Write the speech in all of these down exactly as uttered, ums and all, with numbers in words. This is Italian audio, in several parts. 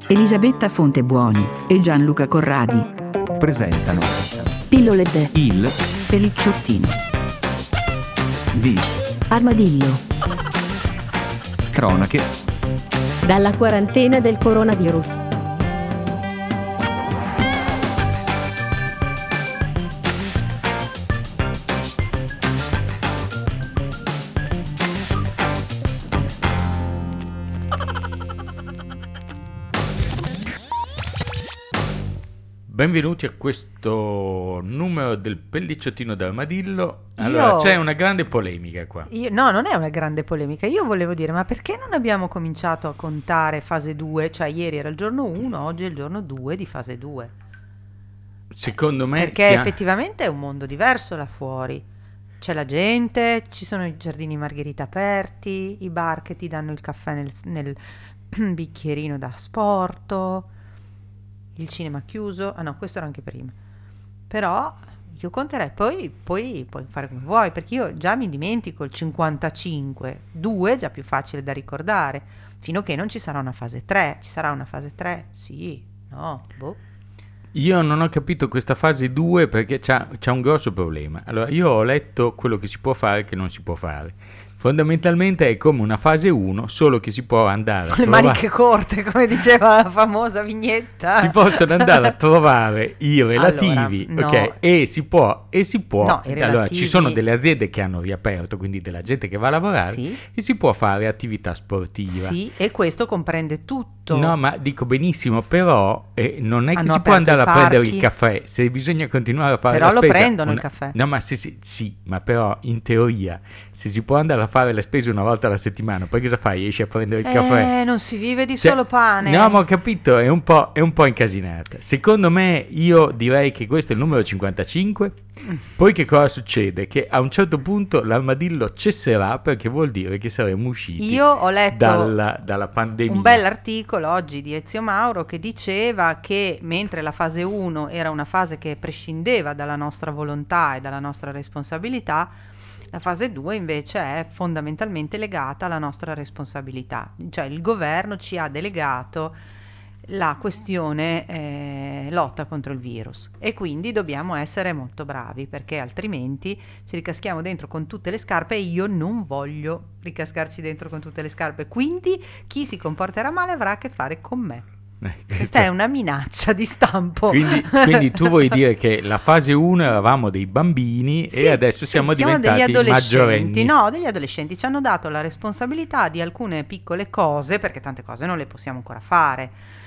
Elisabetta Fontebuoni e Gianluca Corradi presentano Pillole de il Pellicciottino di Armadillo cronache dalla quarantena del coronavirus. Benvenuti a questo numero del Pellicciottino d'Armadillo. Allora, Io- c'è una grande polemica qua. Io- no, non è una grande polemica. Io volevo dire, ma perché non abbiamo cominciato a contare fase due? Cioè, ieri era il giorno uno, oggi è il giorno due di fase due. Secondo me Perché sia- effettivamente è un mondo diverso là fuori. C'è la gente, ci sono i giardini Margherita aperti, i bar che ti danno il caffè nel, nel bicchierino da sporto, il cinema chiuso. Ah no, questo era anche prima. Però io conterei, poi, poi puoi fare come vuoi, perché io già mi dimentico il cinquantacinque, due è già più facile da ricordare, fino a che non ci sarà una fase tre. Ci sarà una fase tre? Sì, no, boh. io non ho capito questa fase due perché c'ha, c'ha un grosso problema. Allora, io ho letto quello che si può fare e che non si può fare. Fondamentalmente è come una fase uno, solo che si può andare a Con le trovare... maniche corte, come diceva la famosa vignetta. Si possono andare a trovare i relativi, Allora, no. ok? E si può, e si può. No, i Allora, relativi- ci sono delle aziende che hanno riaperto, quindi della gente che va a lavorare, Sì. e si può fare attività sportiva. Sì, e questo comprende tutto. No, ma dico benissimo, però eh, non è che Hanno si può aperto andare i a prendere parchi. il caffè, se bisogna continuare a fare Però la lo spesa. prendono il una- caffè. No, ma sì, sì, sì, ma però in teoria, se si può andare a fare le spese una volta alla settimana, poi cosa fai? Esci a prendere il caffè? Eh, non si vive di Cioè, solo pane. No, ma ho capito, è un po', è un po' incasinata. Secondo me, io direi che questo è il numero cinquantacinque. Poi che cosa succede? Che a un certo punto l'armadillo cesserà, perché vuol dire che saremo usciti Io ho letto dalla, dalla pandemia. un bell'articolo oggi di Ezio Mauro che diceva che mentre la fase uno era una fase che prescindeva dalla nostra volontà e dalla nostra responsabilità, la fase due invece è fondamentalmente legata alla nostra responsabilità. Cioè il governo ci ha delegato la questione eh, lotta contro il virus e quindi dobbiamo essere molto bravi, perché altrimenti ci ricaschiamo dentro con tutte le scarpe e io non voglio ricascarci dentro con tutte le scarpe, quindi chi si comporterà male avrà a che fare con me. Eh, Questa è una minaccia di stampo. Quindi, quindi tu vuoi dire che la fase uno eravamo dei bambini Sì, e adesso sì, siamo, siamo diventati degli adolescenti. maggiorenni. No, degli adolescenti ci hanno dato la responsabilità di alcune piccole cose, perché tante cose non le possiamo ancora fare.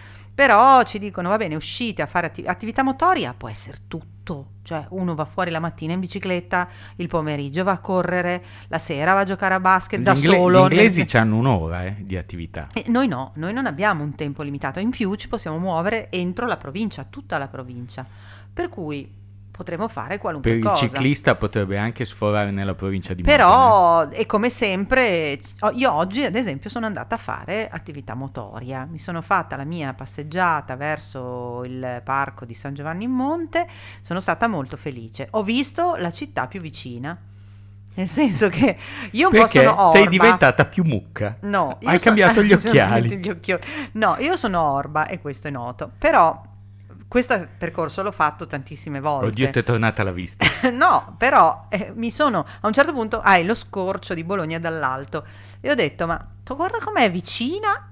Però ci dicono, va bene, uscite a fare atti- attività motoria, può essere tutto. Cioè, uno va fuori la mattina in bicicletta, il pomeriggio va a correre, la sera va a giocare a basket Gli, da ingle- solo. gli inglesi nel- hanno un'ora eh, di attività. E noi no, noi non abbiamo un tempo limitato, in più ci possiamo muovere entro la provincia, tutta la provincia. Per cui potremo fare qualunque Per il cosa. ciclista potrebbe anche sforare nella provincia di Modena. Però, e come sempre, o- io oggi ad esempio sono andata a fare attività motoria, mi sono fatta la mia passeggiata verso il parco di San Giovanni in Monte, sono stata molto felice, ho visto la città più vicina, nel senso che io un po' Perché sono orba. sei diventata più mucca. No, io Hai so- cambiato gli sono occhiali. venuti gli occhiali. No, io sono orba e questo è noto, però questo percorso l'ho fatto tantissime volte. Oddio, ti è tornata la vista. No, però eh, mi sono a un certo punto hai lo scorcio di Bologna dall'alto e ho detto, ma tu guarda com'è vicina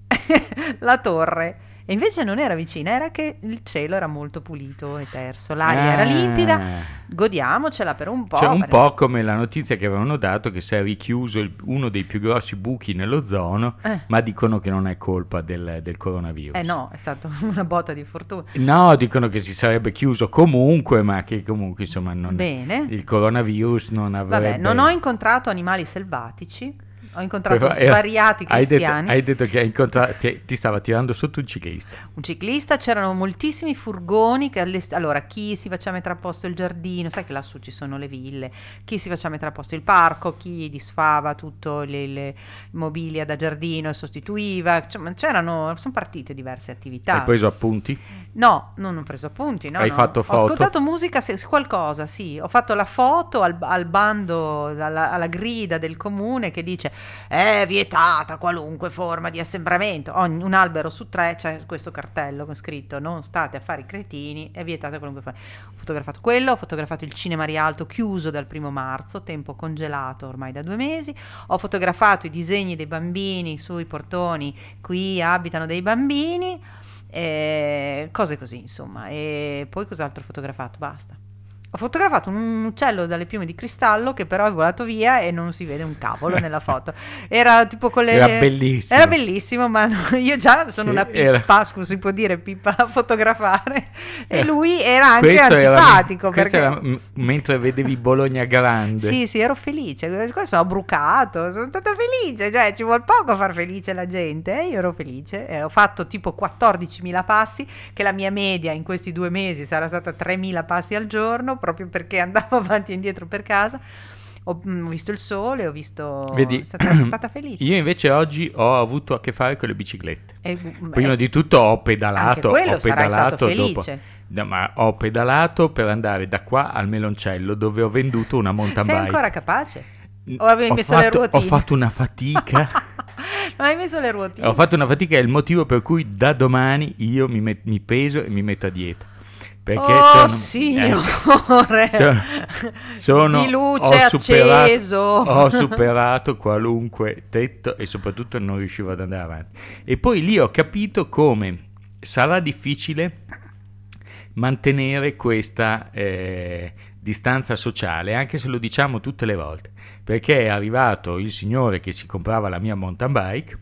la torre. E invece non era vicina, era che il cielo era molto pulito e terso, l'aria era Ah. limpida, godiamocela per un po'. Cioè un per- po' come la notizia che avevano dato che si è richiuso il- uno dei più grossi buchi nell'ozono, Eh. ma dicono che non è colpa del, del coronavirus. Eh no, è stata una botta di fortuna. No, dicono che si sarebbe chiuso comunque, ma che comunque insomma non Bene. il coronavirus non avrebbe... Vabbè, non ho incontrato animali selvatici, ho incontrato Però, eh, svariati hai detto, cristiani. hai detto che hai incontrato, ti, ti stava tirando sotto un ciclista. Un ciclista, c'erano moltissimi furgoni che alle- allora chi si faceva mettere a posto il giardino, sai che lassù ci sono le ville, chi si faceva mettere a posto il parco, chi disfava tutto le, le mobilia da giardino e sostituiva, cioè, ma c'erano, sono partite diverse attività. Hai preso appunti? No, non ho preso appunti, no, Hai no. fatto Ho foto? ascoltato musica, se- qualcosa, sì. Ho fatto la foto al, al bando, alla, alla grida del comune che dice è vietata qualunque forma di assembramento. Ogni, un albero su tre c'è questo cartello con scritto non state a fare i cretini, è vietata qualunque forma. Ho fotografato quello, ho fotografato il cinema Rialto chiuso dal primo marzo, tempo congelato ormai da due mesi, ho fotografato i disegni dei bambini sui portoni, qui abitano dei bambini, eh, cose così insomma. E poi cos'altro ho fotografato? Basta. Ho fotografato un uccello dalle piume di cristallo che però è volato via e non si vede un cavolo nella foto. Era tipo con le... Era bellissimo. Era bellissimo, ma no, io già sono Sì, una pippa, era- scusa, si può dire pippa a fotografare. E Eh, lui era anche questo era- antipatico. questo perché... era m- mentre vedevi Bologna grande. Sì, sì, ero felice. Questo ho brucato, sono stata felice. Cioè, ci vuole poco a far felice la gente. E io ero felice. E ho fatto tipo quattordicimila passi, che la mia media in questi due mesi sarà stata tremila passi al giorno, proprio perché andavo avanti e indietro per casa. Ho, mm, ho visto il sole, ho visto... Vedi, Sono stata, sono stata felice. Io invece oggi ho avuto a che fare con le biciclette. E, Prima eh, di tutto ho pedalato, anche quello ho sarai pedalato stato dopo. felice. No, ma ho pedalato per andare da qua al Meloncello dove ho venduto una mountain sei bike. ancora capace? N- O avevi ho messo le fatto- ruotine? Ho fatto una fatica. Non hai messo le ruotine? Ho fatto una fatica, è il motivo per cui da domani io mi, met- mi peso e mi metto a dieta. Perché Oh sono, signore, eh, sono, sono- di luce ho superato, acceso. ho superato qualunque tetto e soprattutto non riuscivo ad andare avanti. E poi lì ho capito come sarà difficile mantenere questa eh, distanza sociale, anche se lo diciamo tutte le volte, perché è arrivato il signore che si comprava la mia mountain bike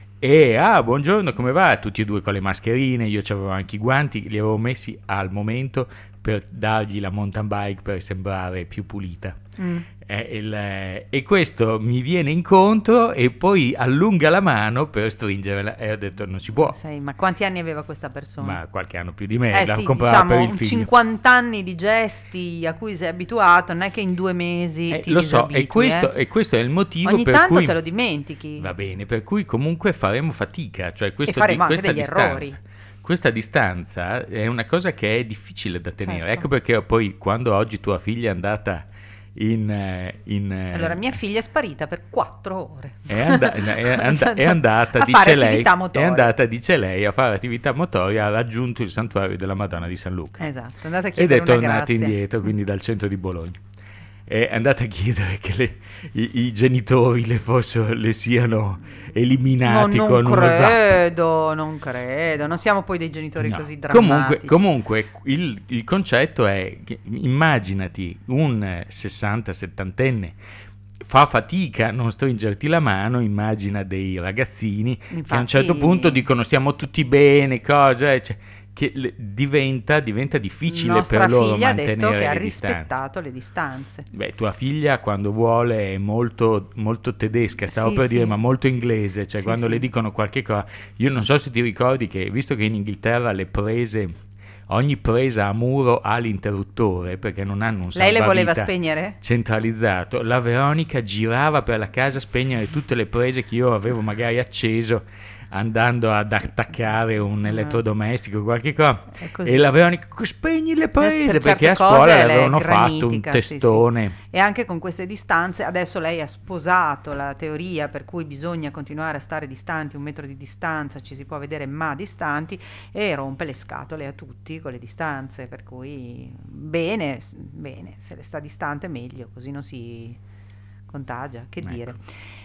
e ah, buongiorno, come va? Tutti e due con le mascherine, io avevo anche i guanti, li avevo messi al momento per dargli la mountain bike per sembrare più pulita. Mm. Eh, il, eh, e questo mi viene incontro e poi allunga la mano per stringerla e ho detto non si può. Sai, ma quanti anni aveva questa persona? Ma qualche anno più di me, Eh la sì, comprava diciamo per il figlio. cinquanta anni di gesti a cui sei abituato, non è che in due mesi Eh, ti lo so, disabitui, e questo, eh. e questo è il motivo Ogni per tanto cui te lo dimentichi. va bene, per cui comunque faremo fatica, cioè questo E faremo di- anche questa degli distanza. errori. Questa distanza è una cosa che è difficile da tenere. Certo. Ecco perché poi quando oggi tua figlia è andata in, eh, in eh, Allora mia figlia è sparita per quattro ore. È, and- è and- è andata, a dice fare lei, attività è motoria. andata, dice lei, a fare attività motoria, ha raggiunto il santuario della Madonna di San Luca Esatto, è andata a ed chiedere è una tornata grazia. indietro, quindi dal centro di Bologna. È andata a chiedere che le- i, i genitori le, fossero, le siano No, eliminati non con uno zap. credo, non credo, non siamo poi dei genitori No. così drammatici. Comunque, comunque il, il concetto è che immaginati un sessanta settantenne fa fatica a non stringerti la mano, immagina dei ragazzini che a un Infatti- certo punto dicono stiamo tutti bene, cosa, cioè, che le- diventa, diventa difficile Nostra per loro figlia ha detto mantenere che ha le distanze. rispettato le distanze. Beh, tua figlia quando vuole è molto, molto tedesca, stavo Sì, per sì. dire, ma molto inglese, cioè Sì, quando sì. le dicono qualche cosa, io non so se ti ricordi che, visto che in Inghilterra le prese, ogni presa a muro ha l'interruttore, perché non hanno un Lei le voleva salvavita spegnere? centralizzato, la Veronica girava per la casa a spegnere tutte le prese che io avevo magari acceso, andando ad attaccare un elettrodomestico, qualche cosa, È così. e la Veronica spegni le Per prese, certe perché a cose scuola le lei è avevano fatto un granitica, sì, sì. testone. E anche con queste distanze, adesso lei ha sposato la teoria per cui bisogna continuare a stare distanti, un metro di distanza, ci si può vedere ma distanti, e rompe le scatole a tutti con le distanze, per cui bene, s- bene, se le sta distante meglio, così non si contagia, che Ecco. dire.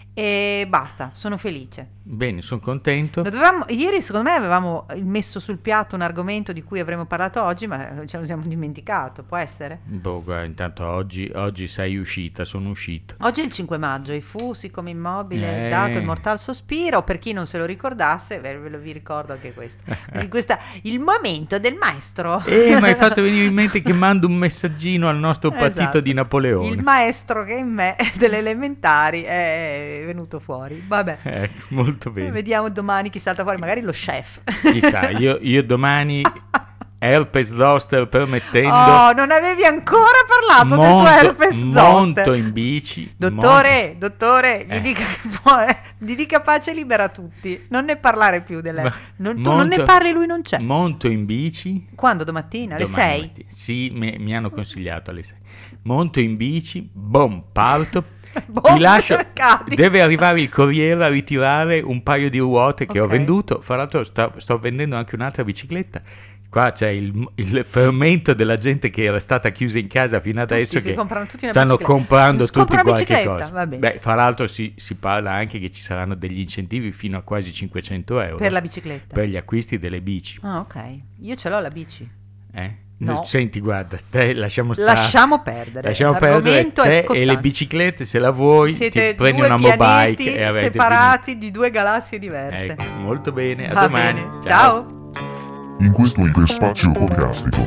E basta, sono felice. Bene, sono contento. Lo dovevamo- ieri secondo me avevamo messo sul piatto un argomento di cui avremmo parlato oggi, ma ce lo siamo dimenticato, può essere? Boh, guarda, intanto oggi, oggi sei uscita, sono uscito. Oggi è il cinque maggio, i Fusi come immobile Eh. dato il mortal sospiro, per chi non se lo ricordasse, ve ve lo vi ricordo anche questo. Così, questa, il momento del maestro. Eh, mi hai fatto venire in mente che mando un messaggino al nostro partito Esatto. di Napoleone. Il maestro che in me delle elementari è venuto fuori. Vabbè. Ecco, molto bene. Vediamo domani chi salta fuori, magari lo chef. Chissà, io, io domani, herpes zoster permettendo, Oh, non avevi ancora parlato monto, del tuo herpes monto zoster. in bici. Dottore, dottore, gli, Eh. dica che può, eh, gli dica pace libera tutti. Non ne parlare più delle... Ma- Non, tu non ne monto- parli, lui non c'è. Monto in bici. Quando? Domattina? Alle Domani sei? mattina. Sì, mi, mi hanno consigliato alle sei. Monto in bici, boom, parto. Bombe Ti lascio, mercati. deve arrivare il corriere a ritirare un paio di ruote che ho Ok. venduto. Fra l'altro sto, sto vendendo anche un'altra bicicletta. Qua c'è il, il fermento della gente che era stata chiusa in casa fino Tutti adesso si che comprano tutti una stanno bicicletta. comprando Scopro tutti una qualche bicicletta, cosa. va bene. Beh, fra l'altro si, si parla anche che ci saranno degli incentivi fino a quasi cinquecento euro Per la bicicletta. per gli acquisti delle bici. Ah, ok. Io ce l'ho la bici. Eh? No. Senti, guarda, te lasciamo stare. Lasciamo perdere. Lasciamo perdere L'argomento è te e scottante. le biciclette, se la vuoi, Siete ti prendi due una mobike pianeti e avete separati di due galassie diverse. finito. Ecco, molto bene, a Va domani. bene. Ciao. In questo iperspazio podcastico.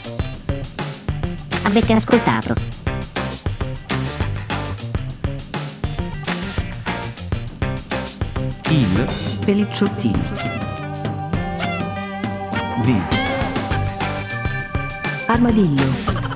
Avete ascoltato Il Pelicciottino. di Armadillo.